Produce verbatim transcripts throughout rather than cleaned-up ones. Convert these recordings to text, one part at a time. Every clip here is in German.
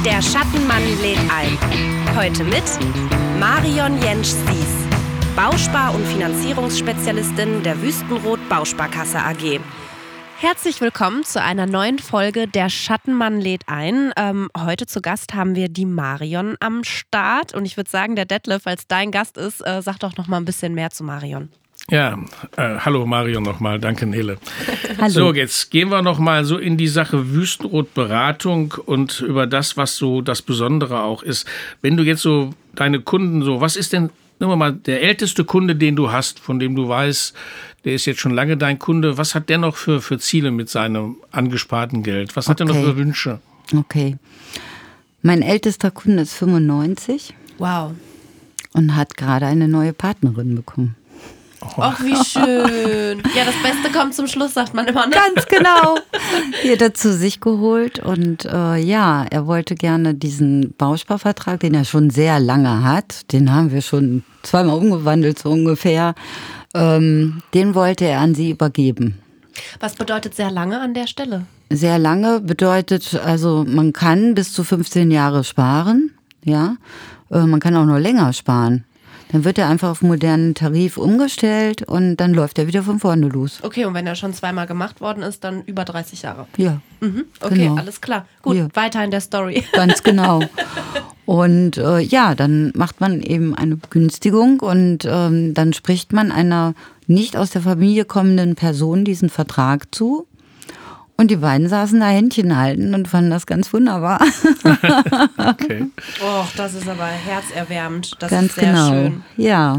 Der Schattenmann lädt ein. Heute mit Marion Jentsch-Sies, Bauspar- und Finanzierungsspezialistin der Wüstenrot Bausparkasse A G. Herzlich willkommen zu einer neuen Folge Der Schattenmann lädt ein. Ähm, heute zu Gast haben wir die Marion am Start. Und ich würde sagen, der Detlef, als dein Gast ist, äh, sag doch noch mal ein bisschen mehr zu Marion. Ja, äh, hallo Marion nochmal, danke Nele. Hallo. So, jetzt gehen wir nochmal so in die Sache Wüstenrot-Beratung und über das, was so das Besondere auch ist. Wenn du jetzt so deine Kunden so, was ist denn, nehmen wir mal, der älteste Kunde, den du hast, von dem du weißt, der ist jetzt schon lange dein Kunde, was hat der noch für, für Ziele mit seinem angesparten Geld? Was hat Okay. er noch für Wünsche? Okay. Mein ältester Kunde ist fünfundneunzig Wow. und hat gerade eine neue Partnerin bekommen. Ach, wie schön. Ja, das Beste kommt zum Schluss, sagt man immer, ne? Ganz genau. Die hat er zu sich geholt und äh, ja, er wollte gerne diesen Bausparvertrag, den er schon sehr lange hat, den haben wir schon zweimal umgewandelt so ungefähr, ähm, den wollte er an sie übergeben. Was bedeutet sehr lange an der Stelle? Sehr lange bedeutet, also man kann bis zu fünfzehn Jahre sparen, ja, äh, man kann auch noch länger sparen. Dann wird er einfach auf modernen Tarif umgestellt und dann läuft er wieder von vorne los. Okay, und wenn er schon zweimal gemacht worden ist, dann über dreißig Jahre. Ja, Mhm. Okay, Genau. alles klar. Gut, Ja. weiter in der Story. ganz genau. Und äh, ja, dann macht man eben eine Begünstigung und ähm, dann spricht man einer nicht aus der Familie kommenden Person diesen Vertrag zu. Und die beiden saßen da Händchen halten und fanden das ganz wunderbar. Okay. Och, das ist aber herzerwärmend. Das ganz ist sehr genau. schön. Ja.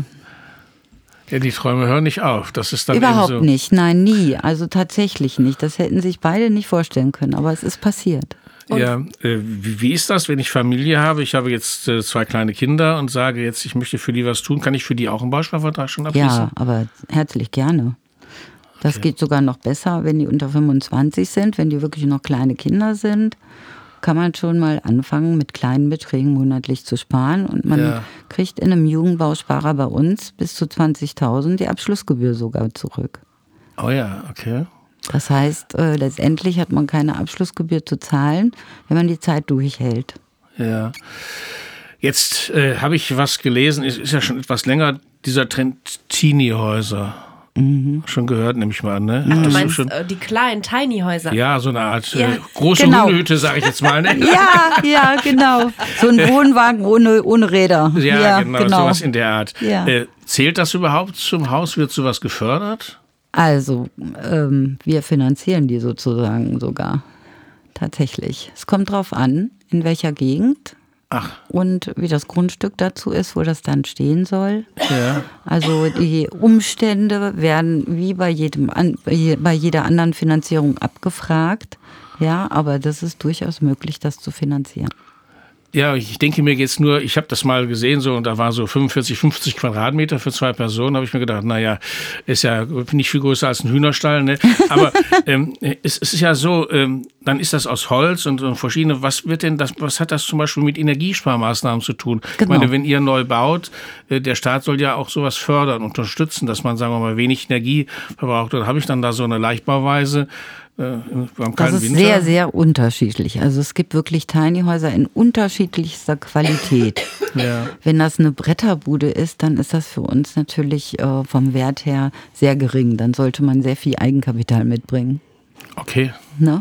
Ja, die Träume hören nicht auf. Das ist dann Überhaupt eben so. nicht, nein, nie. Also tatsächlich nicht. Das hätten sich beide nicht vorstellen können, aber es ist passiert. Ja, äh, wie, wie ist das, wenn ich Familie habe? Ich habe jetzt äh, zwei kleine Kinder und sage jetzt, ich möchte für die was tun. Kann ich für die auch einen Bausparvertrag schon abschließen? Ja, aber herzlich gerne. Das Okay. geht sogar noch besser, wenn die unter fünfundzwanzig sind, wenn die wirklich noch kleine Kinder sind, kann man schon mal anfangen, mit kleinen Beträgen monatlich zu sparen. Und man Ja. kriegt in einem Jugendbausparer bei uns bis zu zwanzigtausend die Abschlussgebühr sogar zurück. Oh ja, okay. Das heißt, äh, letztendlich hat man keine Abschlussgebühr zu zahlen, wenn man die Zeit durchhält. Ja. Jetzt äh, habe ich was gelesen, es ist ja schon etwas länger, dieser Trend Teenie-Häuser. Mhm. Schon gehört, nehme ich mal an, ne? Ach, du Das ist meinst schon, äh, die kleinen Tiny-Häuser? ja, so eine Art Ja, äh, große genau. Hundehütte, sage ich jetzt mal, ne? Ja, ja, genau. So ein Wohnwagen ohne, ohne Räder. Ja, genau, sowas in der Art. Ja. Äh, zählt das überhaupt zum Haus? Wird sowas gefördert? Also, ähm, wir finanzieren die sozusagen sogar. Tatsächlich. Es kommt drauf an, in welcher Gegend Ach, und wie das Grundstück dazu ist, wo das dann stehen soll. ja. Also die Umstände werden wie bei jedem an, bei jeder anderen Finanzierung abgefragt. Ja, aber das ist durchaus möglich, das zu finanzieren. Ja, ich denke mir jetzt nur, ich habe das mal gesehen so und da war so fünfundvierzig, fünfzig Quadratmeter für zwei Personen, habe ich mir gedacht, naja, ist ja nicht viel größer als ein Hühnerstall, ne? Aber ähm, es, es ist ja so, ähm, dann ist das aus Holz und, und verschiedene, was wird denn das, was hat das zum Beispiel mit Energiesparmaßnahmen zu tun? Genau. Ich meine, wenn ihr neu baut, äh, der Staat soll ja auch sowas fördern, unterstützen, dass man, sagen wir mal, wenig Energie verbraucht. Dann habe ich dann da so eine Leichtbauweise, Äh, beim Das kalten ist Winter. sehr, sehr unterschiedlich. Also es gibt wirklich Tiny Häuser in unterschiedlichster Qualität. Ja. Wenn das eine Bretterbude ist, dann ist das für uns natürlich äh, vom Wert her sehr gering. Dann sollte man sehr viel Eigenkapital mitbringen. Okay. Ne?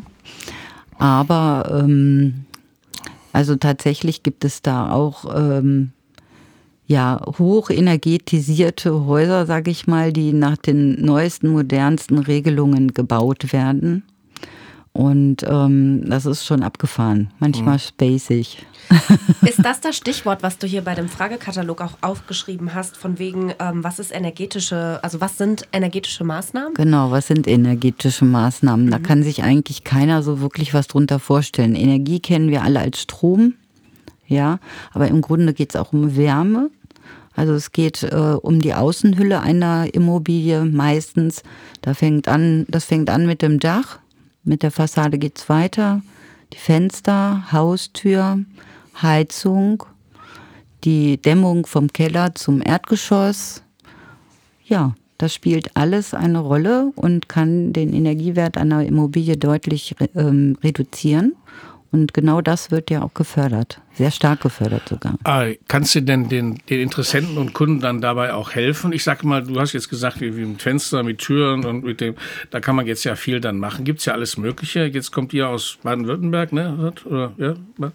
Aber ähm, also tatsächlich gibt es da auch ähm, ja, hochenergetisierte Häuser, sage ich mal, die nach den neuesten, modernsten Regelungen gebaut werden. Und ähm, das ist schon abgefahren, manchmal spacig. Ist das das Stichwort, was du hier bei dem Fragekatalog auch aufgeschrieben hast, von wegen, ähm, was ist energetische, also was sind energetische Maßnahmen? Genau, was sind energetische Maßnahmen? Da kann sich eigentlich keiner so wirklich was drunter vorstellen. Energie kennen wir alle als Strom, ja, aber im Grunde geht es auch um Wärme. Also es geht äh, um die Außenhülle einer Immobilie meistens. Da fängt an, das fängt an mit dem Dach, mit der Fassade geht's weiter, die Fenster, Haustür, Heizung, die Dämmung vom Keller zum Erdgeschoss. Ja, das spielt alles eine Rolle und kann den Energiewert einer Immobilie deutlich ähm, reduzieren. Und genau das wird ja auch gefördert, sehr stark gefördert sogar. Ah, kannst du denn den, den Interessenten und Kunden dann dabei auch helfen? Ich sage mal, du hast jetzt gesagt, wie, wie mit Fenster, mit Türen und mit dem, da kann man jetzt ja viel dann machen. Gibt es ja alles Mögliche. Jetzt kommt ihr aus Baden-Württemberg, ne? Oder, ja,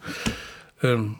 ähm,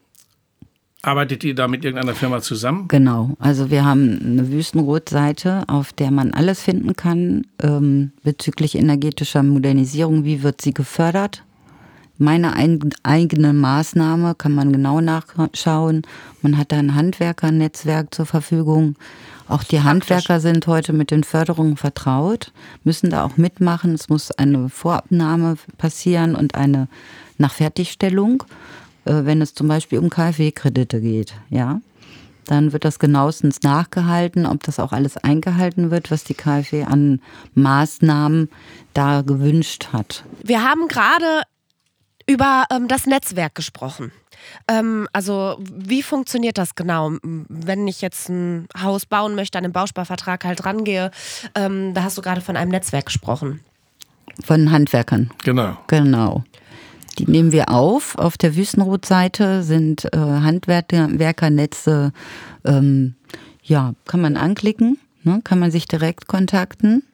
arbeitet ihr da mit irgendeiner Firma zusammen? Genau, also wir haben eine Wüstenrot-Seite, auf der man alles finden kann ähm, bezüglich energetischer Modernisierung. Wie wird sie gefördert? Meine ein, eigene Maßnahme kann man genau nachschauen. Man hat da ein Handwerkernetzwerk zur Verfügung. Auch die Handwerker sind heute mit den Förderungen vertraut, müssen da auch mitmachen. Es muss eine Vorabnahme passieren und eine Nachfertigstellung. Wenn es zum Beispiel um K f W-Kredite geht, ja, dann wird das genauestens nachgehalten, ob das auch alles eingehalten wird, was die K f W an Maßnahmen da gewünscht hat. Wir haben gerade über ähm, das Netzwerk gesprochen. Ähm, also wie funktioniert das genau? Wenn ich jetzt ein Haus bauen möchte, an den Bausparvertrag halt rangehe, ähm, da hast du gerade von einem Netzwerk gesprochen. Von Handwerkern. Genau. Genau. Die nehmen wir auf. Auf der Wüstenrot-Seite sind äh, Handwerkernetze, ähm, ja, kann man anklicken, ne? Kann man sich direkt kontakten.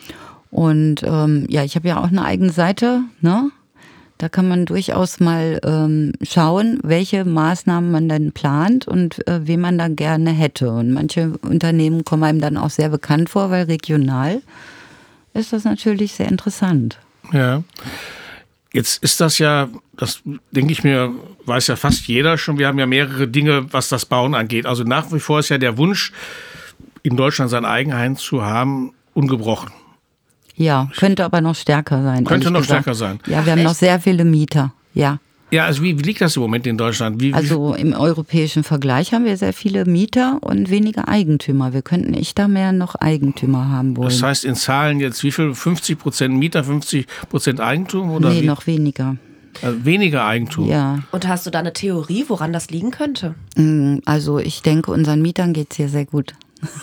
Und ähm, ja, ich habe ja auch eine eigene Seite, ne? Da kann man durchaus mal ähm, schauen, welche Maßnahmen man dann plant und äh, wen man dann gerne hätte. Und manche Unternehmen kommen einem dann auch sehr bekannt vor, weil regional ist das natürlich sehr interessant. Ja. Jetzt ist das ja, das denke ich mir, weiß ja fast jeder schon, wir haben ja mehrere Dinge, was das Bauen angeht. Also nach wie vor ist ja der Wunsch, in Deutschland sein Eigenheim zu haben, ungebrochen. Ja, könnte aber noch stärker sein. Könnte noch gesagt. stärker sein. Ja, wir haben Echt? noch sehr viele Mieter, ja. Ja, also wie, wie liegt das im Moment in Deutschland? Wie, Also im europäischen Vergleich haben wir sehr viele Mieter und weniger Eigentümer. Wir könnten echt da mehr noch Eigentümer haben wollen. Das heißt in Zahlen jetzt wie viel? fünfzig Prozent Mieter, fünfzig Prozent Eigentum? Oder nee, wie? noch weniger. Also weniger Eigentum? Ja. Und hast du da eine Theorie, woran das liegen könnte? Also ich denke, unseren Mietern geht es hier sehr gut.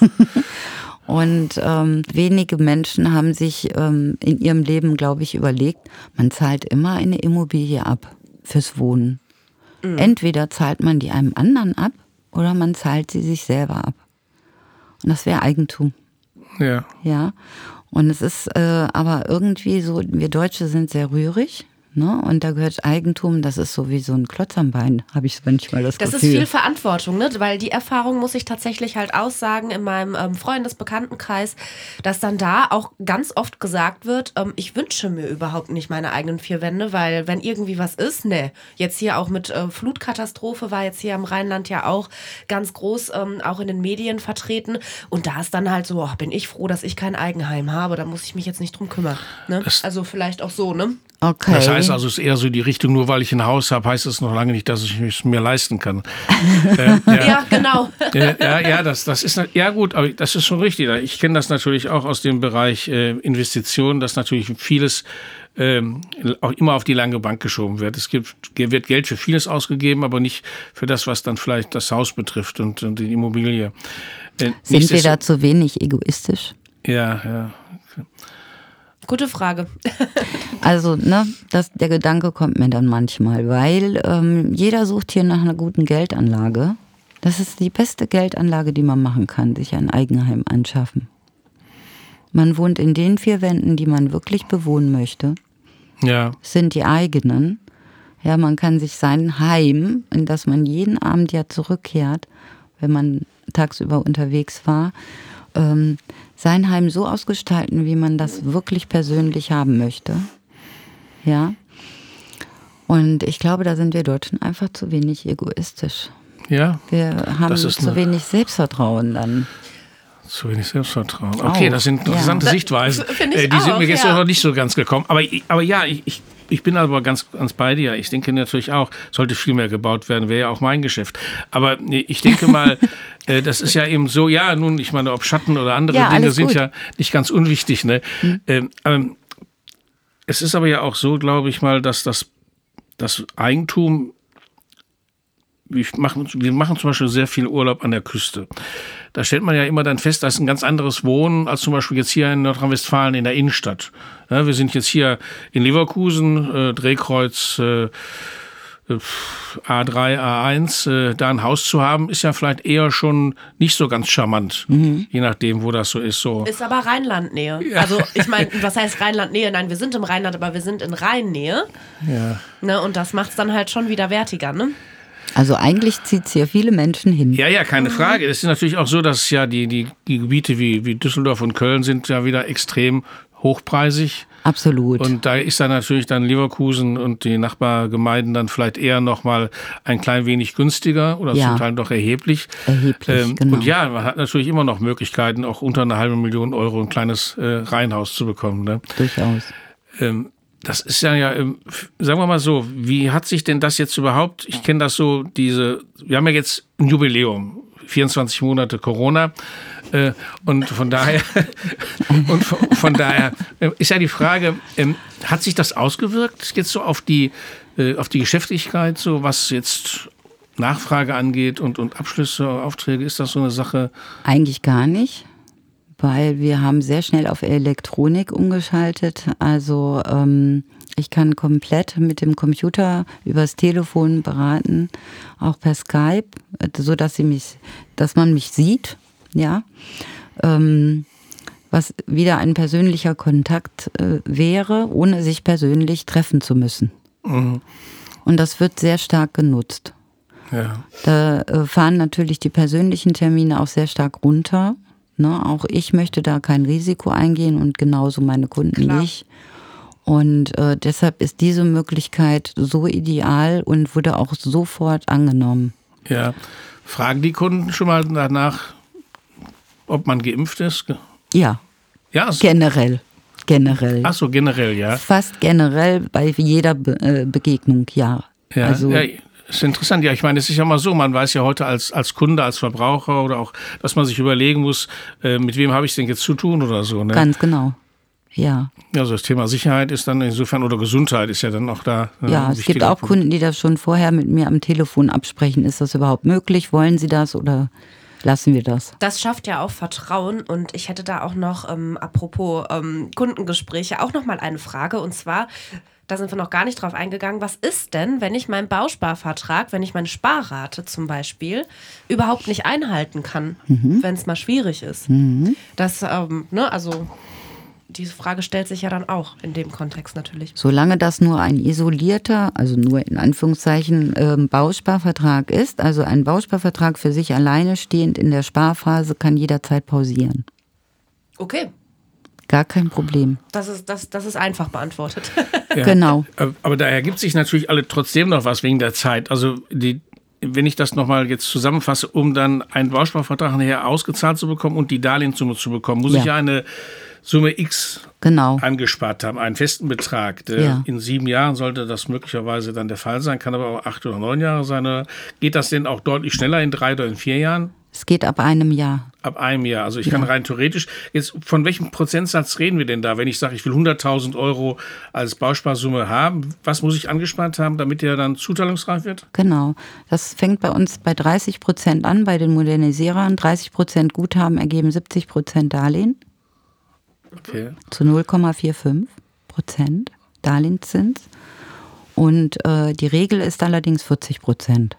Und ähm, wenige Menschen haben sich ähm, in ihrem Leben, glaube ich, überlegt, man zahlt immer eine Immobilie ab fürs Wohnen. Mhm. Entweder zahlt man die einem anderen ab oder man zahlt sie sich selber ab. Und das wäre Eigentum. Ja. Ja. Und es ist äh, aber irgendwie so, wir Deutsche sind sehr rührig. Ne? Und da gehört Eigentum, das ist so wie so ein Klotz am Bein, habe ich manchmal das, das Gefühl. Das ist viel Verantwortung, ne? Weil die Erfahrung muss ich tatsächlich halt aussagen in meinem ähm, Freundesbekanntenkreis, dass dann da auch ganz oft gesagt wird, ähm, ich wünsche mir überhaupt nicht meine eigenen vier Wände, weil wenn irgendwie was ist, ne, jetzt hier auch mit äh, Flutkatastrophe war jetzt hier im Rheinland ja auch ganz groß, ähm, auch in den Medien vertreten und da ist dann halt so, oh, bin ich froh, dass ich kein Eigenheim habe, da muss ich mich jetzt nicht drum kümmern. Ne? Also vielleicht auch so, ne? Okay. Das heißt also, es ist eher so die Richtung, nur weil ich ein Haus habe, heißt es noch lange nicht, dass ich es mir leisten kann. äh, ja. ja, genau. äh, ja, ja, das, das ist, ja gut, aber das ist schon richtig. Ich kenne das natürlich auch aus dem Bereich äh, Investitionen, dass natürlich vieles ähm, auch immer auf die lange Bank geschoben wird. Es gibt, wird Geld für vieles ausgegeben, aber nicht für das, was dann vielleicht das Haus betrifft und, und die Immobilie. Äh, Sind wir da zu wenig egoistisch? Ja, ja. Gute Frage. Also, ne, das, der Gedanke kommt mir dann manchmal, weil ähm, jeder sucht hier nach einer guten Geldanlage. Das ist die beste Geldanlage, die man machen kann, sich ein Eigenheim anschaffen. Man wohnt in den vier Wänden, die man wirklich bewohnen möchte. Ja. Sind die eigenen. Ja, man kann sich sein Heim, in das man jeden Abend ja zurückkehrt, wenn man tagsüber unterwegs war, ähm, sein Heim so ausgestalten, wie man das wirklich persönlich haben möchte. Ja. Und ich glaube, da sind wir Deutschen einfach zu wenig egoistisch. Ja. Wir haben zu wenig Selbstvertrauen dann. Zu wenig Selbstvertrauen. Okay, auch. Das sind interessante ja. Sichtweisen. Ich die auch, sind mir jetzt ja. noch nicht so ganz gekommen. Aber, aber ja, ich, ich, ich bin aber ganz, ganz bei dir. Ich denke natürlich auch, sollte viel mehr gebaut werden, wäre ja auch mein Geschäft. Aber ich denke mal, das ist ja eben so, ja, nun, ich meine, ob Schatten oder andere ja, Dinge sind gut. ja nicht ganz unwichtig. Ne? Hm. Ähm, ähm, es ist aber ja auch so, glaube ich mal, dass das, das Eigentum, wir machen, wir machen zum Beispiel sehr viel Urlaub an der Küste. da stellt man ja immer dann fest, das ist ein ganz anderes Wohnen als zum Beispiel jetzt hier in Nordrhein-Westfalen in der Innenstadt. Ja, wir sind jetzt hier in Leverkusen, äh, Drehkreuz äh, A drei, A eins, äh, da ein Haus zu haben, ist ja vielleicht eher schon nicht so ganz charmant, mhm. je nachdem, wo das so ist. So. Ist aber Rheinlandnähe. Ja. Also ich meine, was heißt Rheinlandnähe? Nein, wir sind im Rheinland, aber wir sind in Rheinnähe. Ja. Ne, und das macht es dann halt schon wieder wertiger, ne? Also eigentlich zieht es hier viele Menschen hin. Ja, ja, keine Frage. Es ist natürlich auch so, dass ja die, die, die Gebiete wie, wie Düsseldorf und Köln sind ja wieder extrem hochpreisig. Absolut. Und da ist dann natürlich dann Leverkusen und die Nachbargemeinden dann vielleicht eher noch mal ein klein wenig günstiger oder ja. zum Teil doch erheblich. Erheblich, ähm, genau. Und ja, man hat natürlich immer noch Möglichkeiten, auch unter eine halbe Million Euro ein kleines äh, Reihenhaus zu bekommen. Ne? Durchaus. Ähm, das ist ja, ja, ähm, sagen wir mal so, wie hat sich denn das jetzt überhaupt, ich kenne das so, diese, wir haben ja jetzt ein Jubiläum, vierundzwanzig Monate Corona. Äh, und von daher, und von, von daher äh, ist ja die Frage, ähm, hat sich das ausgewirkt jetzt so auf die, äh, auf die Geschäftigkeit, so was jetzt Nachfrage angeht und, und Abschlüsse, Aufträge, ist das so eine Sache? Eigentlich gar nicht, weil wir haben sehr schnell auf Elektronik umgeschaltet. Also ähm, ich kann komplett mit dem Computer übers Telefon beraten, auch per Skype, so dass sie mich, dass man mich sieht. Ja, ähm, was wieder ein persönlicher Kontakt äh, wäre, ohne sich persönlich treffen zu müssen. Mhm. Und das wird sehr stark genutzt. Ja. Da äh, fahren natürlich die persönlichen Termine auch sehr stark runter. Ne? Auch ich möchte da kein Risiko eingehen und genauso meine Kunden Klar. nicht. Und äh, deshalb ist diese Möglichkeit so ideal und wurde auch sofort angenommen. Ja, fragen die Kunden schon mal danach, ob man geimpft ist? Ja, ja also generell. Generell. Ach so, generell, ja. Fast generell bei jeder Be- äh, Begegnung, ja. Ja, also, ja, ist interessant. Ja, ich meine, es ist ja mal so, man weiß ja heute als, als Kunde, als Verbraucher oder auch, dass man sich überlegen muss, äh, mit wem habe ich es denn jetzt zu tun oder so. Ne? Ganz genau, ja. Also das Thema Sicherheit ist dann insofern, oder Gesundheit ist ja dann auch da. Äh, ja, es gibt auch Punkt. Kunden, die das schon vorher mit mir am Telefon absprechen. Ist das überhaupt möglich? Wollen sie das oder lassen wir das? Das schafft ja auch Vertrauen und ich hätte da auch noch, ähm, apropos ähm, Kundengespräche, auch noch mal eine Frage und zwar, da sind wir noch gar nicht drauf eingegangen, was ist denn, wenn ich meinen Bausparvertrag, wenn ich meine Sparrate zum Beispiel überhaupt nicht einhalten kann, mhm. wenn es mal schwierig ist? Mhm. Das, ähm, ne, also diese Frage stellt sich ja dann auch in dem Kontext natürlich. Solange das nur ein isolierter, also nur in Anführungszeichen ähm, Bausparvertrag ist, also ein Bausparvertrag für sich alleine stehend in der Sparphase, kann jederzeit pausieren. Okay. Gar kein Problem. Das ist, das, das ist einfach beantwortet. Ja, genau. Aber da ergibt sich natürlich alle trotzdem noch was wegen der Zeit. Also die, wenn ich das nochmal jetzt zusammenfasse, um dann einen Bausparvertrag nachher ausgezahlt zu bekommen und die Darlehenssumme zu bekommen, muss ja. ich ja eine Summe X genau. angespart haben, einen festen Betrag. Der ja. In sieben Jahren sollte das möglicherweise dann der Fall sein, kann aber auch acht oder neun Jahre sein. Geht das denn auch deutlich schneller in drei oder in vier Jahren? Es geht ab einem Jahr. Ab einem Jahr. Also ich ja. kann rein theoretisch, jetzt von welchem Prozentsatz reden wir denn da? Wenn ich sage, ich will hunderttausend Euro als Bausparsumme haben, was muss ich angespart haben, damit der dann zuteilungsreif wird? Genau. Das fängt bei uns bei dreißig Prozent an, bei den Modernisierern. dreißig Prozent Guthaben ergeben siebzig Prozent Darlehen. Okay. Zu null Komma fünfundvierzig Prozent Darlehenszins. Und äh, die Regel ist allerdings vierzig Prozent.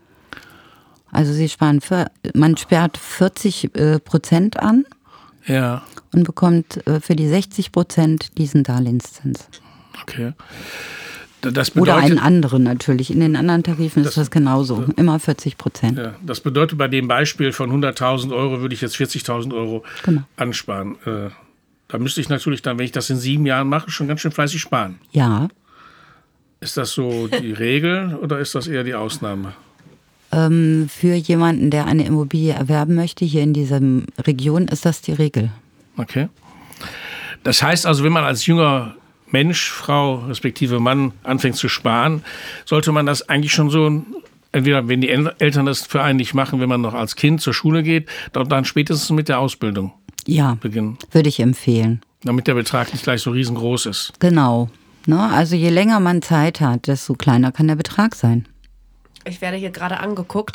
Also sie sparen, für, man sperrt vierzig Prozent an ja. und bekommt äh, für die sechzig Prozent diesen Darlehenszins. Okay. Das bedeutet, oder einen anderen natürlich. In den anderen Tarifen das, ist das genauso. Immer vierzig Prozent. Ja, das bedeutet, bei dem Beispiel von hunderttausend Euro würde ich jetzt vierzigtausend Euro genau. ansparen. Äh, da müsste ich natürlich dann, wenn ich das in sieben Jahren mache, schon ganz schön fleißig sparen. Ja. Ist das so die Regel oder ist das eher die Ausnahme? Ähm, für jemanden, der eine Immobilie erwerben möchte, hier in dieser Region, ist das die Regel. Okay. Das heißt also, wenn man als junger Mensch, Frau respektive Mann anfängt zu sparen, sollte man das eigentlich schon so, entweder wenn die Eltern das für einen nicht machen, wenn man noch als Kind zur Schule geht, dann spätestens mit der Ausbildung ja, beginnen. Würde ich empfehlen. Damit der Betrag nicht gleich so riesengroß ist. Genau. Ne? Also je länger man Zeit hat, desto kleiner kann der Betrag sein. Ich werde hier gerade angeguckt.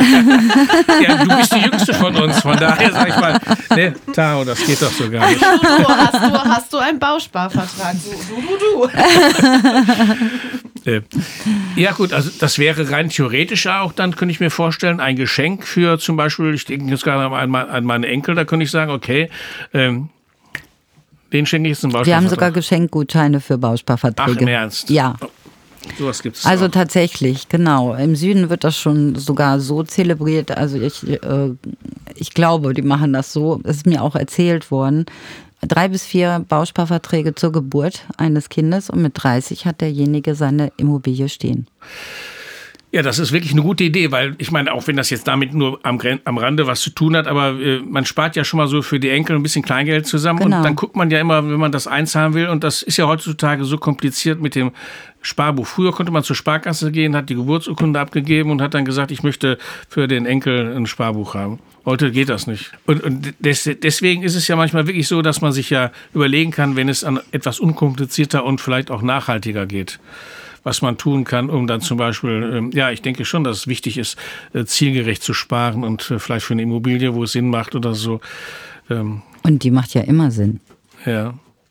Ja, du bist die Jüngste von uns, von daher sag ich mal, ne, Tao, das geht doch so gar nicht. Du, du, hast, du, hast du einen Bausparvertrag? Du, du, du. Äh, ja gut, also das wäre rein theoretisch auch, dann könnte ich mir vorstellen, ein Geschenk für zum Beispiel, ich denke jetzt gerade an, an meine Enkel, da könnte ich sagen, okay, ähm, den schenke ich jetzt einen Bausparvertrag. Wir haben sogar Geschenkgutscheine für Bausparverträge. Ach, im Ernst? Ja. Sowas gibt es Also auch. Tatsächlich, genau. Im Süden wird das schon sogar so zelebriert. Also ich, äh, ich glaube, die machen das so. Es ist mir auch erzählt worden. Drei bis vier Bausparverträge zur Geburt eines Kindes und mit dreißig hat derjenige seine Immobilie stehen. Ja, das ist wirklich eine gute Idee, weil ich meine, auch wenn das jetzt damit nur am, am Rande was zu tun hat, aber äh, man spart ja schon mal so für die Enkel ein bisschen Kleingeld zusammen Genau. Und dann guckt man ja immer, wenn man das einzahlen will und das ist ja heutzutage so kompliziert mit dem Sparbuch. Früher konnte man zur Sparkasse gehen, hat die Geburtsurkunde abgegeben und hat dann gesagt, ich möchte für den Enkel ein Sparbuch haben. Heute geht das nicht. Und, und des, deswegen ist es ja manchmal wirklich so, dass man sich ja überlegen kann, wenn es an etwas unkomplizierter und vielleicht auch nachhaltiger geht, was man tun kann, um dann zum Beispiel, ja, ich denke schon, dass es wichtig ist, zielgerecht zu sparen und vielleicht für eine Immobilie, wo es Sinn macht oder so. Und die macht ja immer Sinn. Ja.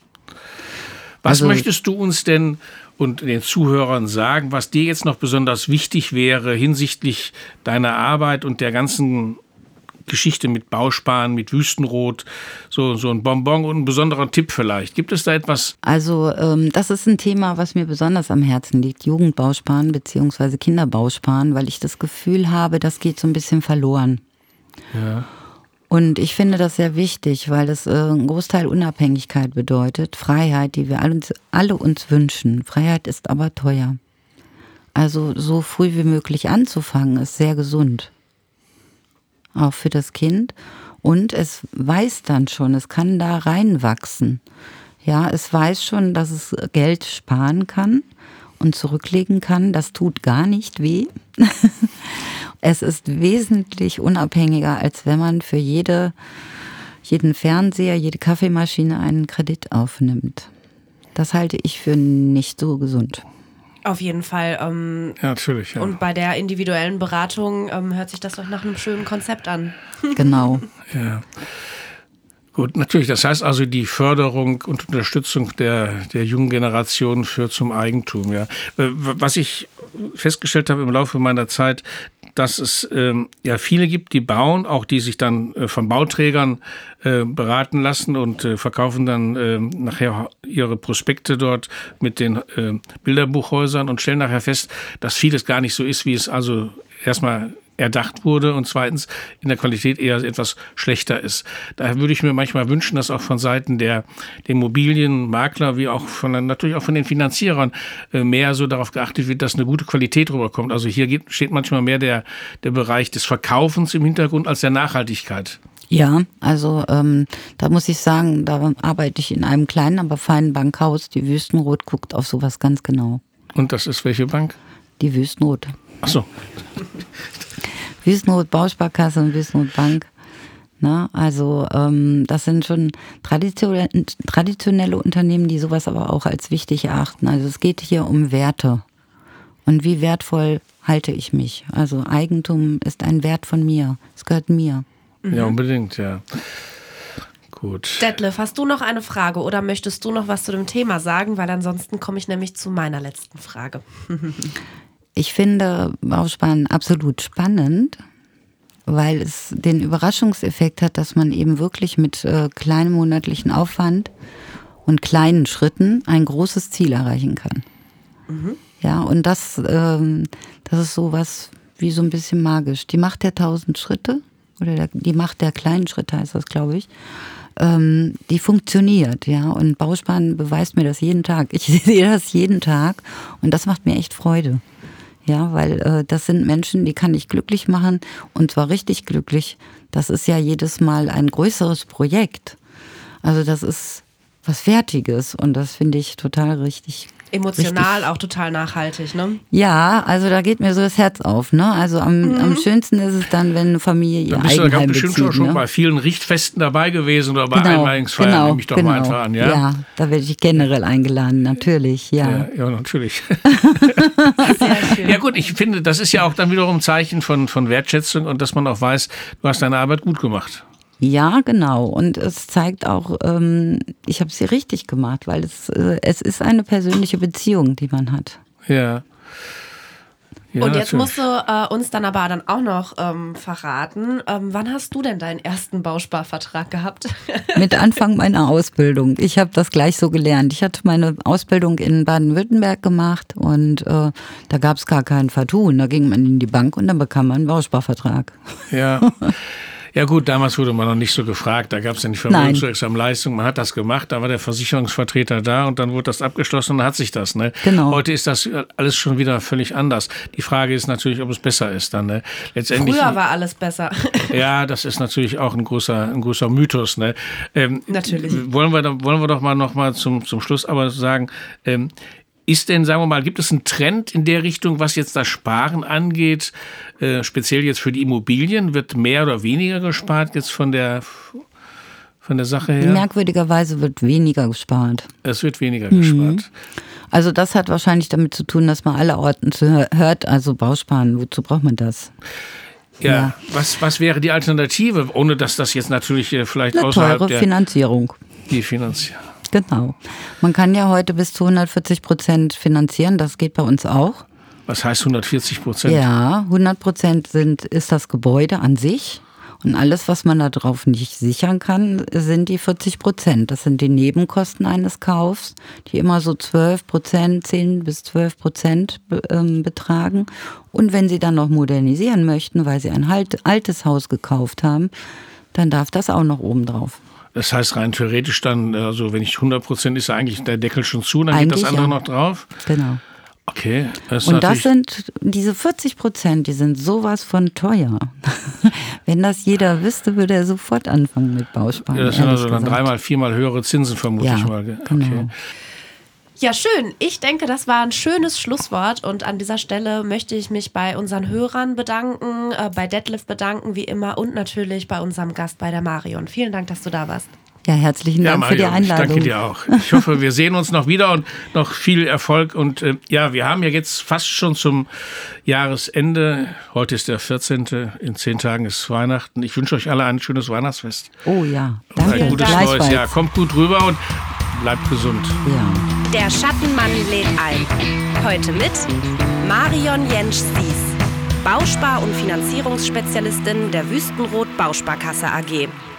Was Also, möchtest du uns denn und den Zuhörern sagen, was dir jetzt noch besonders wichtig wäre hinsichtlich deiner Arbeit und der ganzen Geschichte mit Bausparen, mit Wüstenrot, so, so ein Bonbon und ein besonderer Tipp vielleicht. Gibt es da etwas? Also ähm, das ist ein Thema, was mir besonders am Herzen liegt, Jugendbausparen bzw. Kinderbausparen, weil ich das Gefühl habe, das geht so ein bisschen verloren. Ja. Und ich finde das sehr wichtig, weil das äh, einen Großteil Unabhängigkeit bedeutet, Freiheit, die wir alle uns, alle uns wünschen. Freiheit ist aber teuer. Also so früh wie möglich anzufangen, ist sehr gesund. Auch für das Kind. Und es weiß dann schon, es kann da reinwachsen. Ja, es weiß schon, dass es Geld sparen kann und zurücklegen kann. Das tut gar nicht weh. Es ist wesentlich unabhängiger, als wenn man für jede, jeden Fernseher, jede Kaffeemaschine einen Kredit aufnimmt. Das halte ich für nicht so gesund. Auf jeden Fall. Ähm, ja, natürlich. Ja. Und bei der individuellen Beratung ähm, hört sich das doch nach einem schönen Konzept an. Genau. Ja. Gut, natürlich. Das heißt also, die Förderung und Unterstützung der, der jungen Generation führt zum Eigentum. Ja. Was ich festgestellt habe im Laufe meiner Zeit, dass es ähm, ja viele gibt, die bauen, auch die sich dann äh, von Bauträgern äh, beraten lassen und äh, verkaufen dann äh, nachher ihre Prospekte dort mit den äh, Bilderbuchhäusern und stellen nachher fest, dass vieles gar nicht so ist, wie es also erstmal erdacht wurde und zweitens in der Qualität eher etwas schlechter ist. Daher würde ich mir manchmal wünschen, dass auch von Seiten der, der Immobilienmakler wie auch von natürlich auch von den Finanzierern äh, mehr so darauf geachtet wird, dass eine gute Qualität rüberkommt. Also hier geht, steht manchmal mehr der, der Bereich des Verkaufens im Hintergrund als der Nachhaltigkeit. Ja, also ähm, da muss ich sagen, da arbeite ich in einem kleinen, aber feinen Bankhaus. Die Wüstenrot guckt auf sowas ganz genau. Und das ist welche Bank? Die Wüstenrot. Ach so. Wüstenrot Bausparkasse und Wüstenrot Bank. Na, also ähm, das sind schon traditionelle, traditionelle Unternehmen, die sowas aber auch als wichtig erachten. Also es geht hier um Werte. Und wie wertvoll halte ich mich? Also Eigentum ist ein Wert von mir. Es gehört mir. Mhm. Ja, unbedingt, ja. Gut. Detlef, hast du noch eine Frage oder möchtest du noch was zu dem Thema sagen? Weil ansonsten komme ich nämlich zu meiner letzten Frage. Ich finde Bausparen absolut spannend, weil es den Überraschungseffekt hat, dass man eben wirklich mit äh, kleinem monatlichen Aufwand und kleinen Schritten ein großes Ziel erreichen kann. Mhm. Ja, und das, ähm, das ist sowas wie so ein bisschen magisch. Die Macht der tausend Schritte, oder der, die Macht der kleinen Schritte heißt das, glaube ich, ähm, die funktioniert, ja. Und Bausparen beweist mir das jeden Tag. Ich sehe das jeden Tag und das macht mir echt Freude. Ja, weil äh, das sind Menschen, die kann ich glücklich machen und zwar richtig glücklich. Das ist ja jedes Mal ein größeres Projekt. Also das ist was Fertiges und das finde ich total richtig Emotional richtig. Auch total nachhaltig, ne? Ja, also da geht mir so das Herz auf, ne? Also am, mhm. am schönsten ist es dann, wenn eine Familie ihr Eigenheim bezieht. Da bist du bestimmt schon, schon ne? bei vielen Richtfesten dabei gewesen oder bei genau, Einweihungsfeiern, genau, nehme ich doch genau. mal einfach an, ja? Ja, da werde ich generell eingeladen, natürlich, ja. Ja, ja natürlich. Sehr schön. Ja gut, ich finde, das ist ja auch dann wiederum ein Zeichen von, von Wertschätzung und dass man auch weiß, du hast deine Arbeit gut gemacht. Ja, genau. Und es zeigt auch, ähm, ich habe sie richtig gemacht, weil es, äh, es ist eine persönliche Beziehung, die man hat. Ja. Ja, und jetzt natürlich. musst du äh, uns dann aber dann auch noch ähm, verraten, ähm, wann hast du denn deinen ersten Bausparvertrag gehabt? Mit Anfang meiner Ausbildung. Ich habe das gleich so gelernt. Ich hatte meine Ausbildung in Baden-Württemberg gemacht und äh, da gab es gar kein Vertun. Da ging man in die Bank und dann bekam man einen Bausparvertrag. Ja. Ja gut, damals wurde man noch nicht so gefragt, da gab es ja nicht vermögenswirksame Leistung, man hat das gemacht, da war der Versicherungsvertreter da und dann wurde das abgeschlossen und dann hat sich das. Ne? Genau. Heute ist das alles schon wieder völlig anders. Die Frage ist natürlich, ob es besser ist dann. Ne? Letztendlich, Früher war alles besser. Ja, das ist natürlich auch ein großer, ein großer Mythos. Ne? Ähm, natürlich. Wollen wir, wollen wir doch mal noch mal zum, zum Schluss aber sagen, ähm, ist denn, sagen wir mal, gibt es einen Trend in der Richtung, was jetzt das Sparen angeht, äh, speziell jetzt für die Immobilien? Wird mehr oder weniger gespart jetzt von der, von der Sache her? Merkwürdigerweise wird weniger gespart. Es wird weniger mhm. gespart. Also das hat wahrscheinlich damit zu tun, dass man alle Orten hört, also Bausparen, wozu braucht man das? Ja, ja. Was, was wäre die Alternative, ohne dass das jetzt natürlich vielleicht Eine außerhalb teure der... Finanzierung. Die Finanzierung. Genau. Man kann ja heute bis zu hundertvierzig Prozent finanzieren, das geht bei uns auch. Was heißt hundertvierzig Prozent? Ja, hundert Prozent sind, ist das Gebäude an sich und alles, was man da drauf nicht sichern kann, sind die vierzig Prozent. Das sind die Nebenkosten eines Kaufs, die immer so zwölf Prozent, zehn bis zwölf Prozent ähm, betragen. Und wenn Sie dann noch modernisieren möchten, weil Sie ein altes Haus gekauft haben, dann darf das auch noch oben drauf. Das heißt rein theoretisch dann, also wenn ich hundert Prozent ist ja eigentlich der Deckel schon zu, dann eigentlich geht das andere ja. noch drauf? Genau. Okay. Das und das sind, diese vierzig Prozent, die sind sowas von teuer. Wenn das jeder wüsste, würde er sofort anfangen mit Bausparen. Ja, das sind also dann dreimal, viermal höhere Zinsen vermute ja, ich mal. Okay. Genau. Ja, schön. Ich denke, das war ein schönes Schlusswort und an dieser Stelle möchte ich mich bei unseren Hörern bedanken, äh, bei Detlef bedanken wie immer und natürlich bei unserem Gast, bei der Marion. Vielen Dank, dass du da warst. Ja, herzlichen Dank ja, Marion, für die Einladung. Ich danke dir auch. Ich hoffe, wir sehen uns noch wieder und noch viel Erfolg. Und äh, ja, wir haben ja jetzt fast schon zum Jahresende. Heute ist der vierzehnte In zehn Tagen ist Weihnachten. Ich wünsche euch alle ein schönes Weihnachtsfest. Oh ja, danke. Ein gutes neues Jahr. Kommt gut rüber und bleibt gesund. Ja. Der Schattenmann lädt ein. Heute mit Marion Jentsch-Sies, Bauspar- und Finanzierungsspezialistin der Wüstenrot Bausparkasse A G.